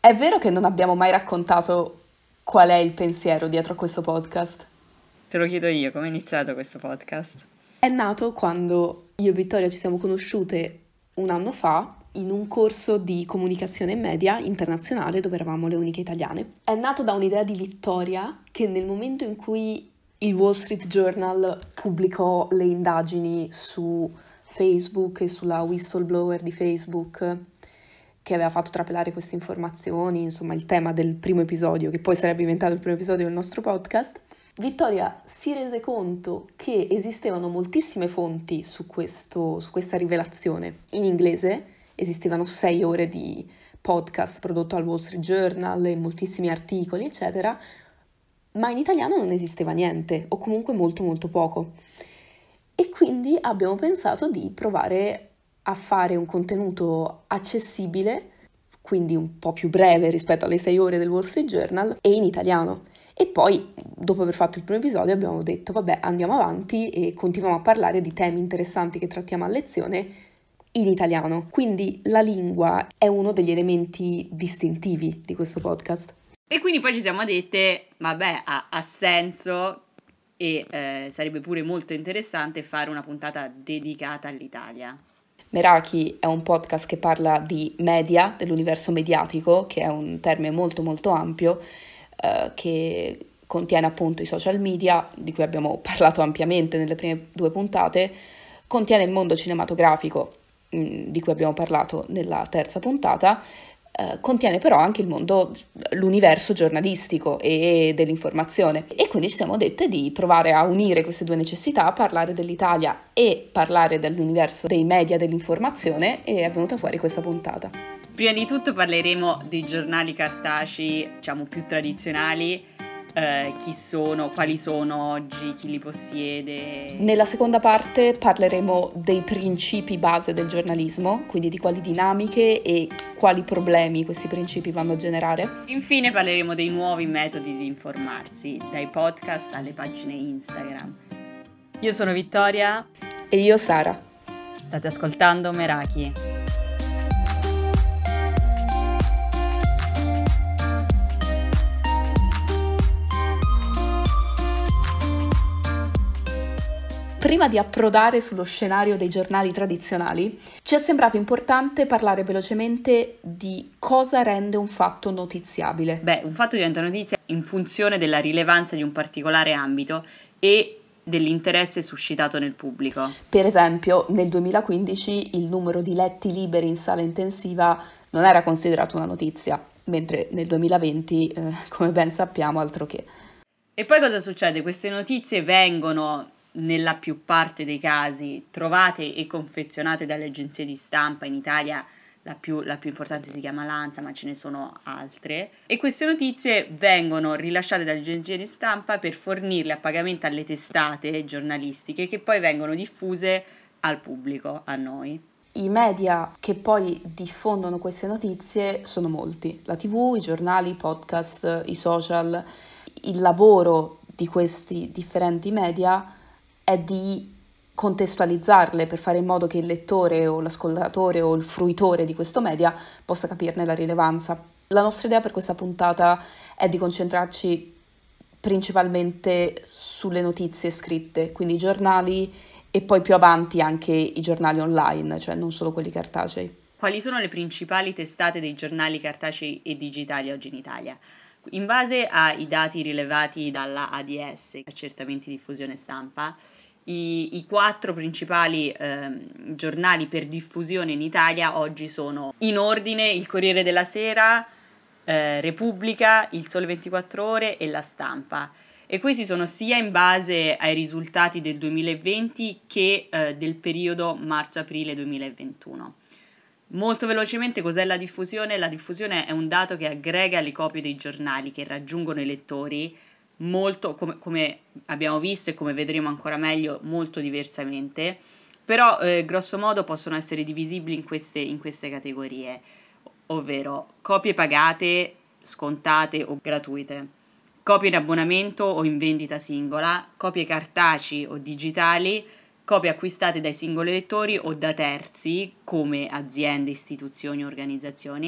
È vero che non abbiamo mai raccontato qual è il pensiero dietro a questo podcast? Te lo chiedo io, come è iniziato questo podcast? È nato quando io e Vittoria ci siamo conosciute un anno fa in un corso di comunicazione e media internazionale dove eravamo le uniche italiane. È nato da un'idea di Vittoria che nel momento in cui il Wall Street Journal pubblicò le indagini su Facebook e sulla whistleblower di Facebook che aveva fatto trapelare queste informazioni, insomma il tema del primo episodio, che poi sarebbe diventato il primo episodio del nostro podcast, Vittoria si rese conto che esistevano moltissime fonti su questa rivelazione. In inglese esistevano 6 ore di podcast prodotto al Wall Street Journal e moltissimi articoli, eccetera, ma in italiano non esisteva niente, o comunque molto molto poco. E quindi abbiamo pensato di provare a fare un contenuto accessibile, quindi un po' più breve rispetto alle 6 ore del Wall Street Journal, e in italiano. E poi, dopo aver fatto il primo episodio, abbiamo detto, vabbè, andiamo avanti e continuiamo a parlare di temi interessanti che trattiamo a lezione in italiano. Quindi la lingua è uno degli elementi distintivi di questo podcast. E quindi poi ci siamo dette, vabbè, ha senso e sarebbe pure molto interessante fare una puntata dedicata all'Italia. Meraki è un podcast che parla di media, dell'universo mediatico, che è un termine molto molto ampio, che contiene appunto i social media, di cui abbiamo parlato ampiamente nelle prime 2 puntate, contiene il mondo cinematografico, di cui abbiamo parlato nella terza puntata, contiene però anche l'universo giornalistico e dell'informazione. E quindi ci siamo dette di provare a unire queste 2 necessità, parlare dell'Italia e parlare dell'universo dei media dell'informazione, e è venuta fuori questa puntata. Prima di tutto parleremo dei giornali cartacei, diciamo più tradizionali, chi sono, quali sono oggi, chi li possiede. Nella seconda parte parleremo dei principi base del giornalismo, quindi di quali dinamiche e quali problemi questi principi vanno a generare. Infine parleremo dei nuovi metodi di informarsi, dai podcast alle pagine Instagram. Io sono Vittoria. E io Sara. State ascoltando Meraki. Prima di approdare sullo scenario dei giornali tradizionali, ci è sembrato importante parlare velocemente di cosa rende un fatto notiziabile. Beh, un fatto diventa notizia in funzione della rilevanza di un particolare ambito e dell'interesse suscitato nel pubblico. Per esempio, nel 2015 il numero di letti liberi in sala intensiva non era considerato una notizia, mentre nel 2020, come ben sappiamo, altro che. E poi cosa succede? Queste notizie vengono, nella più parte dei casi, trovate e confezionate dalle agenzie di stampa. In Italia la più importante si chiama L'Ansa, ma ce ne sono altre, e queste notizie vengono rilasciate dalle agenzie di stampa per fornirle a pagamento alle testate giornalistiche, che poi vengono diffuse al pubblico, a noi. I media che poi diffondono queste notizie sono molti: la TV, i giornali, i podcast, i social. Il lavoro di questi differenti media è di contestualizzarle per fare in modo che il lettore o l'ascoltatore o il fruitore di questo media possa capirne la rilevanza. La nostra idea per questa puntata è di concentrarci principalmente sulle notizie scritte, quindi i giornali e poi più avanti anche i giornali online, cioè non solo quelli cartacei. Quali sono le principali testate dei giornali cartacei e digitali oggi in Italia? In base ai dati rilevati dalla ADS, Accertamenti Diffusione Stampa, i 4 principali giornali per diffusione in Italia oggi sono in ordine il Corriere della Sera, Repubblica, il Sole 24 Ore e La Stampa. E questi sono sia in base ai risultati del 2020 che del periodo marzo-aprile 2021. Molto velocemente, cos'è la diffusione? La diffusione è un dato che aggrega le copie dei giornali che raggiungono i lettori molto, come abbiamo visto e come vedremo ancora meglio, molto diversamente, però grosso modo possono essere divisibili in queste categorie, ovvero copie pagate, scontate o gratuite, copie in abbonamento o in vendita singola, copie cartacee o digitali, copie acquistate dai singoli lettori o da terzi come aziende, istituzioni o organizzazioni,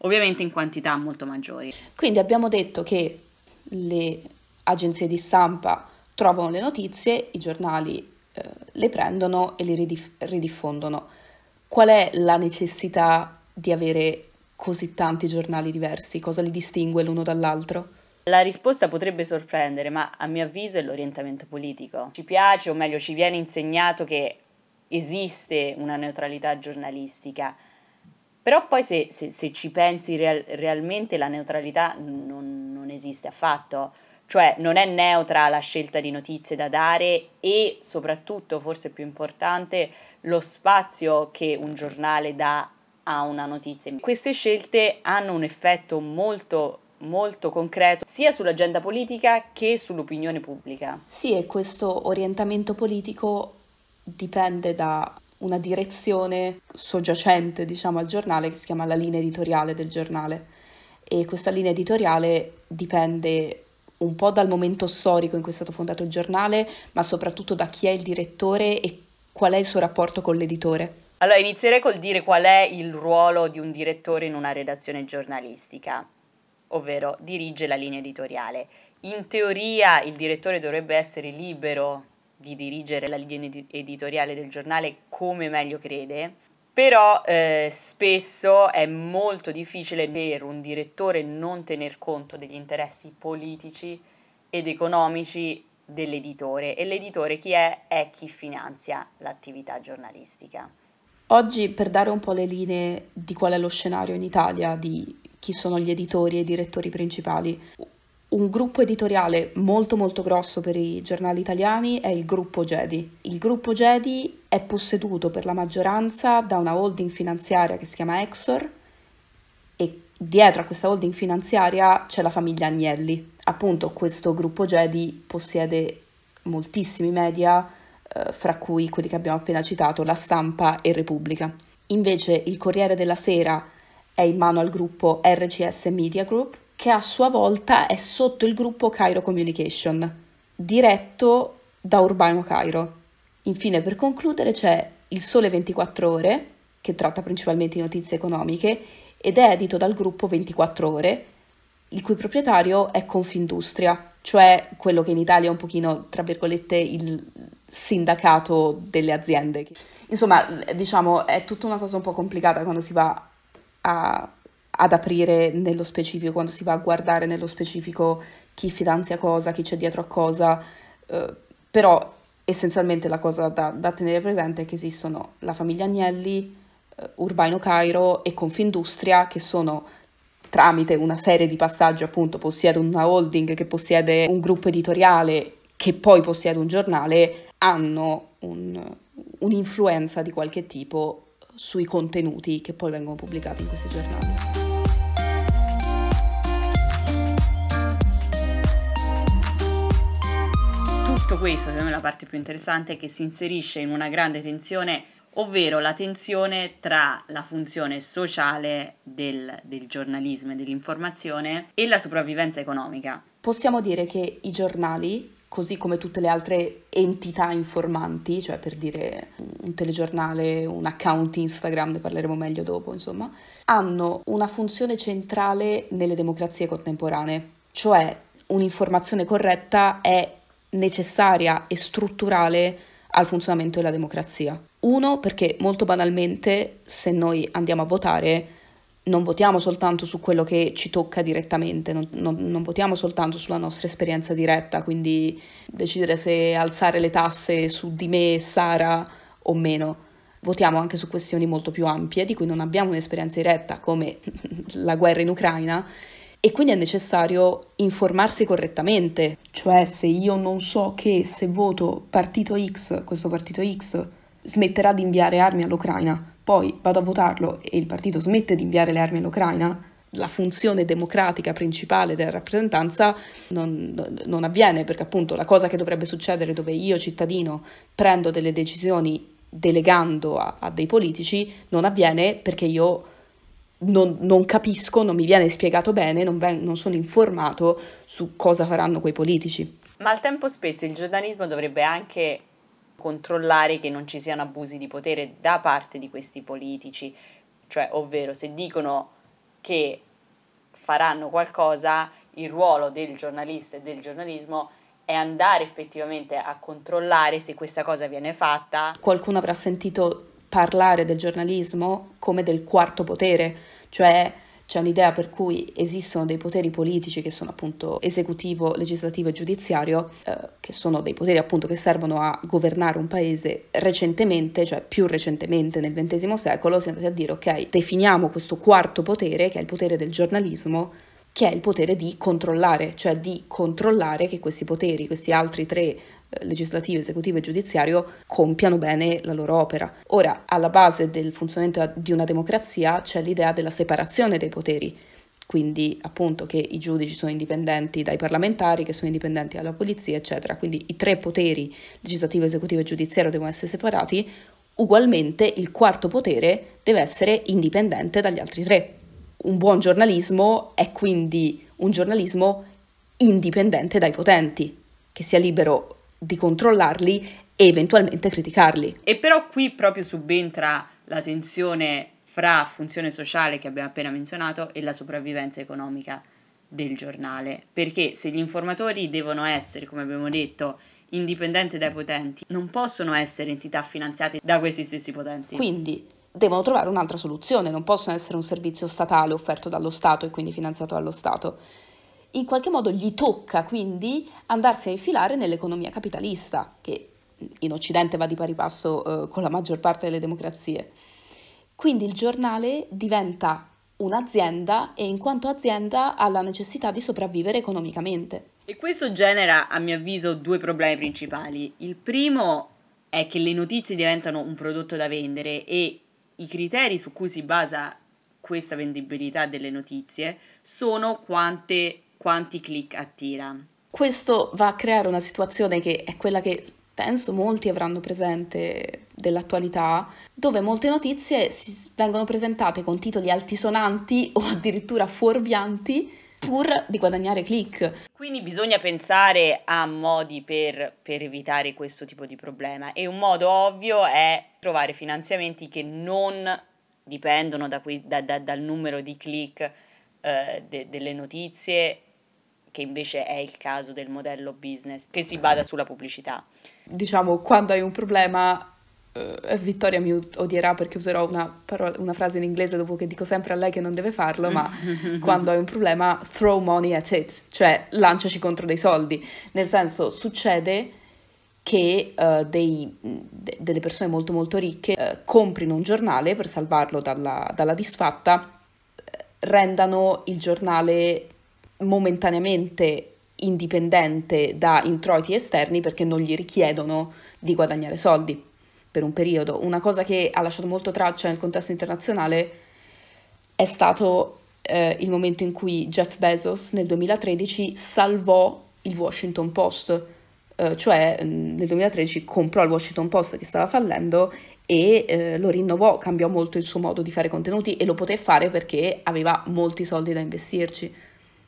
ovviamente in quantità molto maggiori. Quindi abbiamo detto che le agenzie di stampa trovano le notizie, i giornali le prendono e le ridiffondono. Qual è la necessità di avere così tanti giornali diversi? Cosa li distingue l'uno dall'altro? La risposta potrebbe sorprendere, ma a mio avviso è l'orientamento politico. Ci piace, o meglio, ci viene insegnato che esiste una neutralità giornalistica, però poi se ci pensi realmente la neutralità non esiste affatto, cioè non è neutra la scelta di notizie da dare e soprattutto, forse più importante, lo spazio che un giornale dà a una notizia. Queste scelte hanno un effetto molto molto concreto sia sull'agenda politica che sull'opinione pubblica. Sì, e questo orientamento politico dipende da una direzione soggiacente, diciamo, al giornale che si chiama la linea editoriale del giornale. E questa linea editoriale dipende un po' dal momento storico in cui è stato fondato il giornale, ma soprattutto da chi è il direttore e qual è il suo rapporto con l'editore. Allora, inizierei col dire qual è il ruolo di un direttore in una redazione giornalistica, ovvero dirige la linea editoriale. In teoria il direttore dovrebbe essere libero di dirigere la linea editoriale del giornale come meglio crede, però spesso è molto difficile per un direttore non tener conto degli interessi politici ed economici dell'editore. E l'editore chi è? È chi finanzia l'attività giornalistica. Oggi, per dare un po' le linee di qual è lo scenario in Italia, di chi sono gli editori e i direttori principali, un gruppo editoriale molto molto grosso per i giornali italiani è il gruppo Gedi. Il gruppo Gedi è posseduto per la maggioranza da una holding finanziaria che si chiama Exor e dietro a questa holding finanziaria c'è la famiglia Agnelli. Appunto, questo gruppo Gedi possiede moltissimi media, fra cui quelli che abbiamo appena citato, La Stampa e Repubblica. Invece il Corriere della Sera è in mano al gruppo RCS Media Group, che a sua volta è sotto il gruppo Cairo Communication, diretto da Urbano Cairo. Infine, per concludere, c'è Il Sole 24 Ore, che tratta principalmente di notizie economiche, ed è edito dal gruppo 24 Ore, il cui proprietario è Confindustria, cioè quello che in Italia è un pochino, tra virgolette, il sindacato delle aziende. Insomma, diciamo, è tutta una cosa un po' complicata quando si va ad aprire nello specifico, quando si va a guardare nello specifico chi finanzia cosa, chi c'è dietro a cosa, però essenzialmente la cosa da tenere presente è che esistono la famiglia Agnelli, Urbano Cairo e Confindustria, che sono tramite una serie di passaggi, appunto, possiede una holding che possiede un gruppo editoriale che poi possiede un giornale, hanno un'influenza di qualche tipo sui contenuti che poi vengono pubblicati in questi giornali. Tutto questo, secondo me, la parte più interessante è che si inserisce in una grande tensione, ovvero la tensione tra la funzione sociale del giornalismo e dell'informazione e la sopravvivenza economica. Possiamo dire che i giornali, così come tutte le altre entità informanti, cioè per dire un telegiornale, un account Instagram, ne parleremo meglio dopo, insomma, hanno una funzione centrale nelle democrazie contemporanee, cioè un'informazione corretta è necessaria e strutturale al funzionamento della democrazia. Uno, perché molto banalmente, se noi andiamo a votare, non votiamo soltanto su quello che ci tocca direttamente, non votiamo soltanto sulla nostra esperienza diretta, quindi decidere se alzare le tasse su di me e Sara o meno. Votiamo anche su questioni molto più ampie, di cui non abbiamo un'esperienza diretta, come la guerra in Ucraina, e quindi è necessario informarsi correttamente. Cioè, se io non so che se voto partito X, questo partito X smetterà di inviare armi all'Ucraina, poi vado a votarlo e il partito smette di inviare le armi all'Ucraina, la funzione democratica principale della rappresentanza non avviene, perché appunto la cosa che dovrebbe succedere, dove io cittadino prendo delle decisioni delegando a dei politici, non avviene perché io non capisco, non mi viene spiegato bene, non sono informato su cosa faranno quei politici. Ma al tempo stesso il giornalismo dovrebbe anche controllare che non ci siano abusi di potere da parte di questi politici, cioè ovvero se dicono che faranno qualcosa, il ruolo del giornalista e del giornalismo è andare effettivamente a controllare se questa cosa viene fatta. Qualcuno avrà sentito parlare del giornalismo come del quarto potere, cioè c'è un'idea per cui esistono dei poteri politici che sono appunto esecutivo, legislativo e giudiziario, che sono dei poteri appunto che servono a governare un paese. Recentemente, cioè più recentemente nel XX secolo, si è andati a dire ok, definiamo questo quarto potere, che è il potere del giornalismo, che è il potere di controllare, cioè di controllare che questi poteri, questi altri tre, legislativo, esecutivo e giudiziario, compiano bene la loro opera. Ora, alla base del funzionamento di una democrazia c'è l'idea della separazione dei poteri, quindi appunto che i giudici sono indipendenti dai parlamentari, che sono indipendenti dalla polizia, eccetera. Quindi i tre poteri, legislativo, esecutivo e giudiziario, devono essere separati. Ugualmente il quarto potere deve essere indipendente dagli altri tre. Un buon giornalismo è quindi un giornalismo indipendente dai potenti, che sia libero di controllarli e eventualmente criticarli. E però qui proprio subentra la tensione fra funzione sociale che abbiamo appena menzionato e la sopravvivenza economica del giornale, perché se gli informatori devono essere, come abbiamo detto, indipendenti dai potenti, non possono essere entità finanziate da questi stessi potenti. Quindi devono trovare un'altra soluzione, non possono essere un servizio statale offerto dallo Stato e quindi finanziato dallo Stato. In qualche modo gli tocca quindi andarsi a infilare nell'economia capitalista, che in Occidente va di pari passo con la maggior parte delle democrazie. Quindi il giornale diventa un'azienda e in quanto azienda ha la necessità di sopravvivere economicamente. E questo genera, a mio avviso, due problemi principali. Il primo è che le notizie diventano un prodotto da vendere e i criteri su cui si basa questa vendibilità delle notizie sono quanti click attira. Questo va a creare una situazione che è quella che penso molti avranno presente dell'attualità, dove molte notizie vengono presentate con titoli altisonanti o addirittura fuorvianti pur di guadagnare click. Quindi bisogna pensare a modi per evitare questo tipo di problema e un modo ovvio è trovare finanziamenti che non dipendono dal numero di click delle notizie, che invece è il caso del modello business che si basa sulla pubblicità. Diciamo, quando hai un problema, Vittoria mi odierà perché userò una frase in inglese dopo che dico sempre a lei che non deve farlo, ma quando hai un problema, throw money at it, cioè lanciaci contro dei soldi. Nel senso, succede che delle persone molto molto ricche comprino un giornale per salvarlo dalla disfatta, rendano il giornale momentaneamente indipendente da introiti esterni perché non gli richiedono di guadagnare soldi per un periodo. Una cosa che ha lasciato molto traccia nel contesto internazionale è stato il momento in cui Jeff Bezos nel 2013 salvò il Washington Post, cioè nel 2013 comprò il Washington Post che stava fallendo e lo rinnovò, cambiò molto il suo modo di fare contenuti e lo poté fare perché aveva molti soldi da investirci.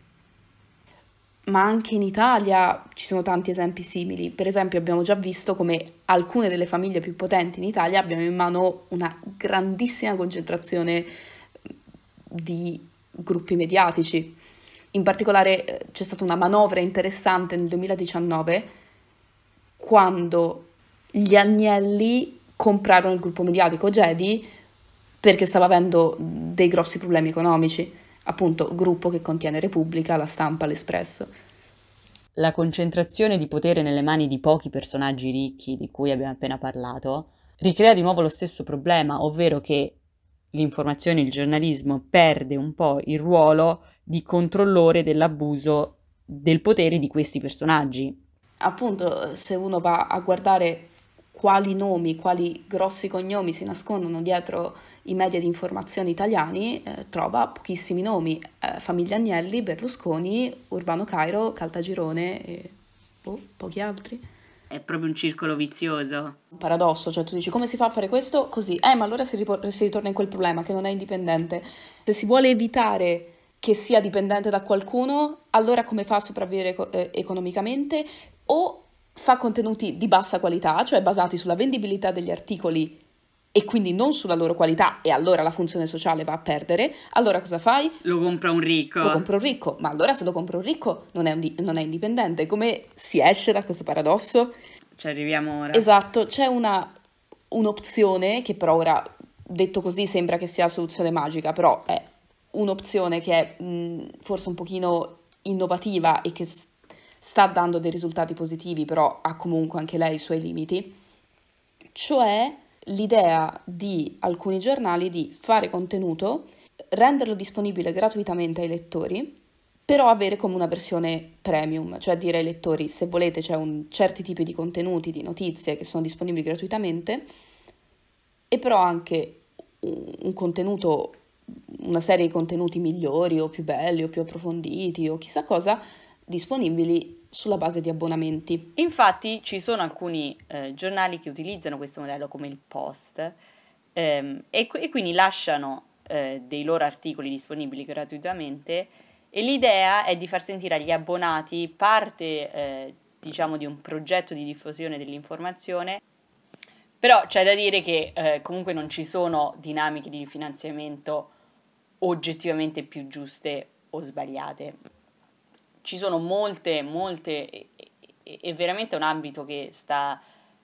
Ma anche in Italia ci sono tanti esempi simili. Per esempio abbiamo già visto come alcune delle famiglie più potenti in Italia abbiano in mano una grandissima concentrazione di gruppi mediatici. In particolare c'è stata una manovra interessante nel 2019 quando gli Agnelli comprarono il gruppo mediatico Gedi perché stava avendo dei grossi problemi economici. Appunto, gruppo che contiene Repubblica, La Stampa, L'Espresso. La concentrazione di potere nelle mani di pochi personaggi ricchi, di cui abbiamo appena parlato, ricrea di nuovo lo stesso problema, ovvero che l'informazione, il giornalismo perde un po' il ruolo di controllore dell'abuso del potere di questi personaggi. Appunto, se uno va a guardare quali nomi, quali grossi cognomi si nascondono dietro i media di informazione italiani, trova pochissimi nomi. Famiglia Agnelli, Berlusconi, Urbano Cairo, Caltagirone e pochi altri. È proprio un circolo vizioso. Un paradosso, cioè tu dici come si fa a fare questo? Così, ma allora si ritorna in quel problema che non è indipendente. Se si vuole evitare che sia dipendente da qualcuno, allora come fa a sopravvivere economicamente? O fa contenuti di bassa qualità, cioè basati sulla vendibilità degli articoli e quindi non sulla loro qualità, e allora la funzione sociale va a perdere, allora cosa fai? Lo compra un ricco. Lo compra un ricco, ma allora se lo compra un ricco non è indipendente. Come si esce da questo paradosso? Ci arriviamo ora. Esatto, c'è un'opzione che però ora, detto così, sembra che sia la soluzione magica, però è un'opzione che è forse un pochino innovativa e che sta dando dei risultati positivi, però ha comunque anche lei i suoi limiti, cioè l'idea di alcuni giornali di fare contenuto, renderlo disponibile gratuitamente ai lettori, però avere come una versione premium, cioè dire ai lettori se volete c'è certi tipi di contenuti, di notizie che sono disponibili gratuitamente, e però anche un contenuto, una serie di contenuti migliori o più belli o più approfonditi o chissà cosa, disponibili sulla base di abbonamenti. Infatti ci sono alcuni giornali che utilizzano questo modello come il Post e quindi lasciano dei loro articoli disponibili gratuitamente, e l'idea è di far sentire agli abbonati parte diciamo di un progetto di diffusione dell'informazione. Però c'è da dire che comunque non ci sono dinamiche di finanziamento oggettivamente più giuste o sbagliate. Ci sono molte è veramente un ambito che sta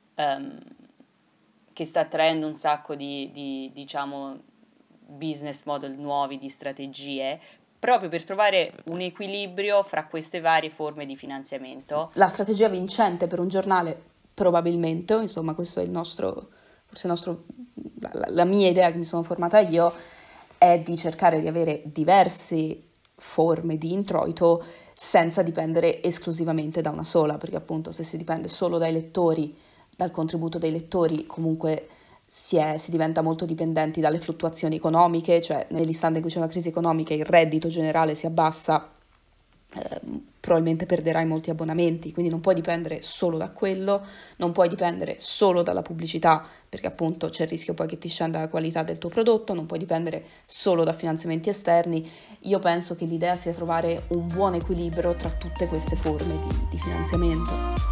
attraendo un sacco di diciamo business model nuovi, di strategie, proprio per trovare un equilibrio fra queste varie forme di finanziamento. La strategia vincente per un giornale, probabilmente, insomma questo è la mia idea che mi sono formata io, è di cercare di avere diverse forme di introito senza dipendere esclusivamente da una sola, perché appunto se si dipende solo dai lettori, dal contributo dei lettori, comunque si diventa molto dipendenti dalle fluttuazioni economiche, cioè nell'istante in cui c'è una crisi economica il reddito generale si abbassa, probabilmente perderai molti abbonamenti, quindi non puoi dipendere solo da quello, non puoi dipendere solo dalla pubblicità, perché appunto c'è il rischio poi che ti scenda la qualità del tuo prodotto, non puoi dipendere solo da finanziamenti esterni. Io penso che l'idea sia trovare un buon equilibrio tra tutte queste forme di finanziamento.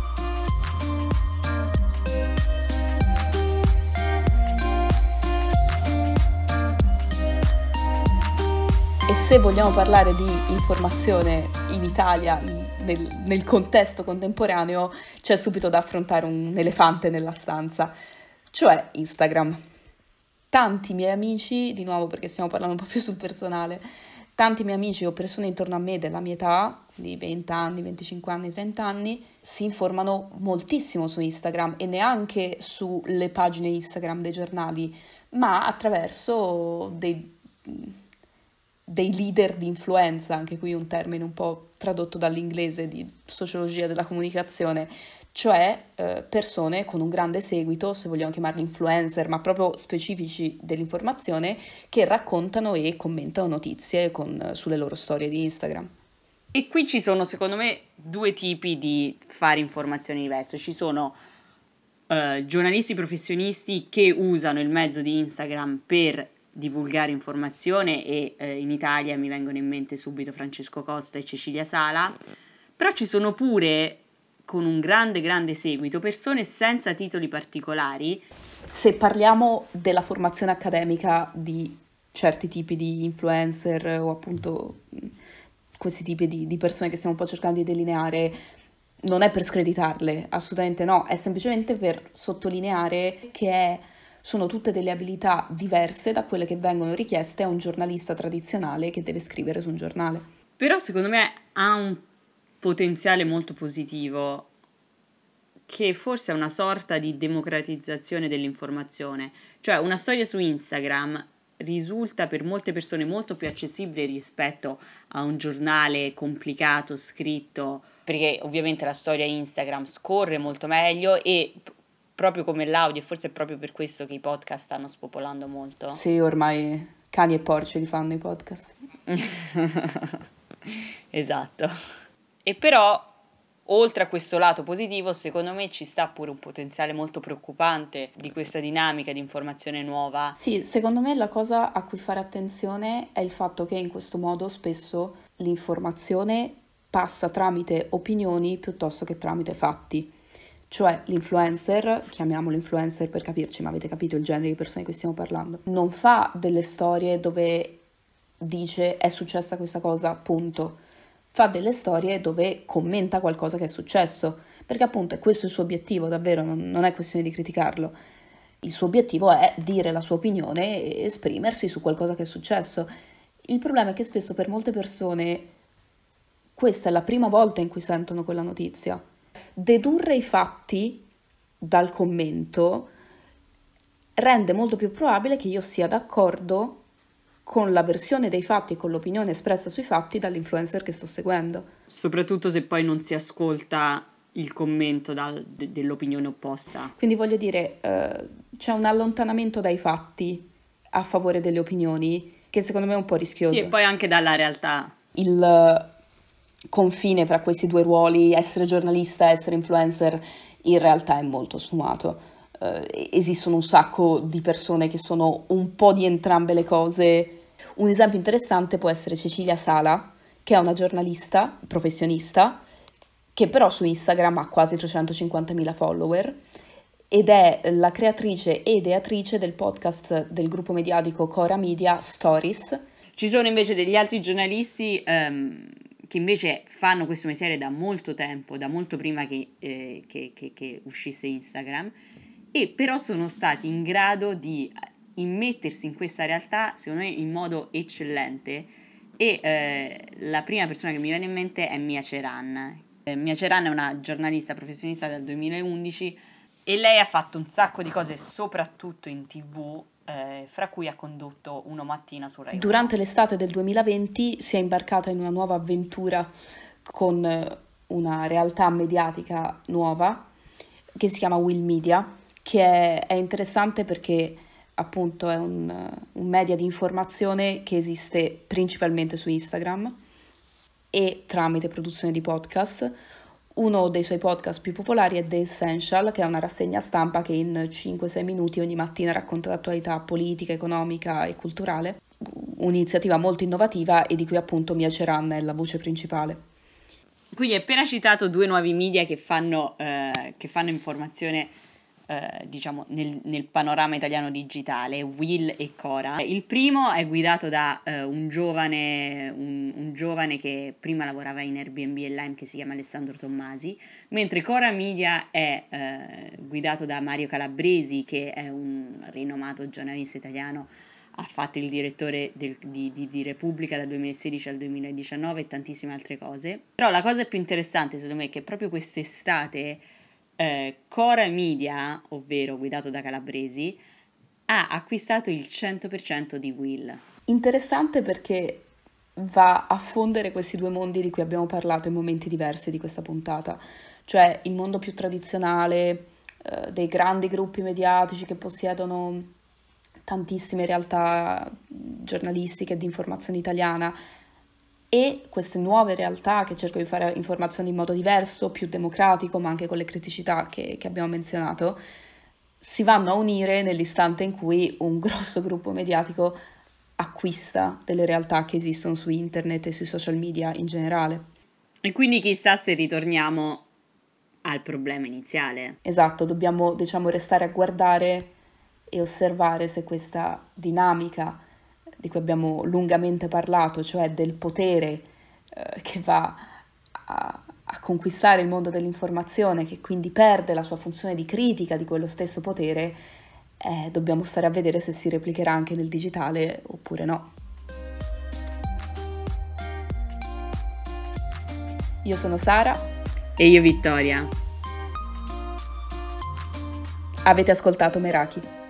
E se vogliamo parlare di informazione in Italia, nel contesto contemporaneo, c'è subito da affrontare un elefante nella stanza, cioè Instagram. Tanti miei amici, di nuovo perché stiamo parlando un po' più sul personale, tanti miei amici o persone intorno a me della mia età, di 20 anni, 25 anni, 30 anni, si informano moltissimo su Instagram e neanche sulle pagine Instagram dei giornali, ma attraverso dei leader di influenza, anche qui un termine un po' tradotto dall'inglese di sociologia della comunicazione, cioè persone con un grande seguito, se vogliamo chiamarli influencer, ma proprio specifici dell'informazione, che raccontano e commentano notizie sulle loro storie di Instagram. E qui ci sono, secondo me, due tipi di fare informazioni diverse. Ci sono giornalisti professionisti che usano il mezzo di Instagram per divulgare informazione e in Italia mi vengono in mente subito Francesco Costa e Cecilia Sala, però ci sono pure, con un grande seguito, persone senza titoli particolari. Se parliamo della formazione accademica di certi tipi di influencer o appunto questi tipi di persone che stiamo un po' cercando di delineare, non è per screditarle, assolutamente no, è semplicemente per sottolineare che sono tutte delle abilità diverse da quelle che vengono richieste a un giornalista tradizionale che deve scrivere su un giornale. Però secondo me ha un potenziale molto positivo, che forse è una sorta di democratizzazione dell'informazione. Cioè una storia su Instagram risulta per molte persone molto più accessibile rispetto a un giornale complicato, scritto, perché ovviamente la storia Instagram scorre molto meglio e proprio come l'audio, e forse è proprio per questo che i podcast stanno spopolando molto. Sì, ormai cani e porci li fanno i podcast. Esatto. E però, oltre a questo lato positivo, secondo me ci sta pure un potenziale molto preoccupante di questa dinamica di informazione nuova. Sì, secondo me la cosa a cui fare attenzione è il fatto che in questo modo spesso l'informazione passa tramite opinioni piuttosto che tramite fatti. Cioè l'influencer, chiamiamolo influencer per capirci, ma avete capito il genere di persone di cui stiamo parlando, non fa delle storie dove dice è successa questa cosa, punto. Fa delle storie dove commenta qualcosa che è successo, perché appunto è questo il suo obiettivo, davvero, non è questione di criticarlo. Il suo obiettivo è dire la sua opinione e esprimersi su qualcosa che è successo. Il problema è che spesso per molte persone questa è la prima volta in cui sentono quella notizia. Dedurre i fatti dal commento rende molto più probabile che io sia d'accordo con la versione dei fatti e con l'opinione espressa sui fatti dall'influencer che sto seguendo. Soprattutto se poi non si ascolta il commento dell'opinione opposta. Quindi voglio dire, c'è un allontanamento dai fatti a favore delle opinioni che secondo me è un po' rischioso. Sì, e poi anche dalla realtà. Il confine fra questi due ruoli, essere giornalista, essere influencer, in realtà è molto sfumato. Esistono un sacco di persone che sono un po' di entrambe le cose. Un esempio interessante può essere Cecilia Sala, che è una giornalista professionista, che però su Instagram ha quasi 350.000 follower ed è la creatrice e ideatrice del podcast del gruppo mediatico Cora Media Stories. Ci sono invece degli altri giornalisti che invece fanno questo mestiere da molto tempo, da molto prima che uscisse Instagram, e però sono stati in grado di immettersi in questa realtà, secondo me, in modo eccellente. E la prima persona che mi viene in mente è Mia Ceran. Mia Ceran è una giornalista professionista dal 2011 e lei ha fatto un sacco di cose, soprattutto in TV, fra cui ha condotto Uno Mattina su Rai 1. Durante l'estate del 2020 si è imbarcata in una nuova avventura con una realtà mediatica nuova che si chiama Will Media, che è interessante perché appunto è un media di informazione che esiste principalmente su Instagram e tramite produzione di podcast. Uno dei suoi podcast più popolari è The Essential, che è una rassegna stampa che in 5-6 minuti ogni mattina racconta l'attualità politica, economica e culturale. Un'iniziativa molto innovativa e di cui appunto Mia Ceran è la voce principale. Quindi hai appena citato due nuovi media che fanno informazione diciamo nel panorama italiano digitale, Will e Cora. Il primo è guidato da un giovane che prima lavorava in Airbnb e Lime, che si chiama Alessandro Tommasi, mentre Cora Media è guidato da Mario Calabresi, che è un rinomato giornalista italiano. Ha fatto il direttore di Repubblica dal 2016 al 2019 e tantissime altre cose. Però la cosa più interessante secondo me è che proprio quest'estate Cora Media, ovvero guidato da Calabresi, ha acquistato il 100% di Will. Interessante perché va a fondere questi due mondi di cui abbiamo parlato in momenti diversi di questa puntata, cioè il mondo più tradizionale dei grandi gruppi mediatici che possiedono tantissime realtà giornalistiche di informazione italiana e queste nuove realtà che cercano di fare informazioni in modo diverso, più democratico, ma anche con le criticità che abbiamo menzionato, si vanno a unire nell'istante in cui un grosso gruppo mediatico acquista delle realtà che esistono su internet e sui social media in generale. E quindi chissà se ritorniamo al problema iniziale. Esatto, dobbiamo restare a guardare e osservare se questa dinamica di cui abbiamo lungamente parlato, cioè del potere che va a conquistare il mondo dell'informazione, che quindi perde la sua funzione di critica di quello stesso potere, dobbiamo stare a vedere se si replicherà anche nel digitale oppure no. Io sono Sara. E io Vittoria. Avete ascoltato Meraki.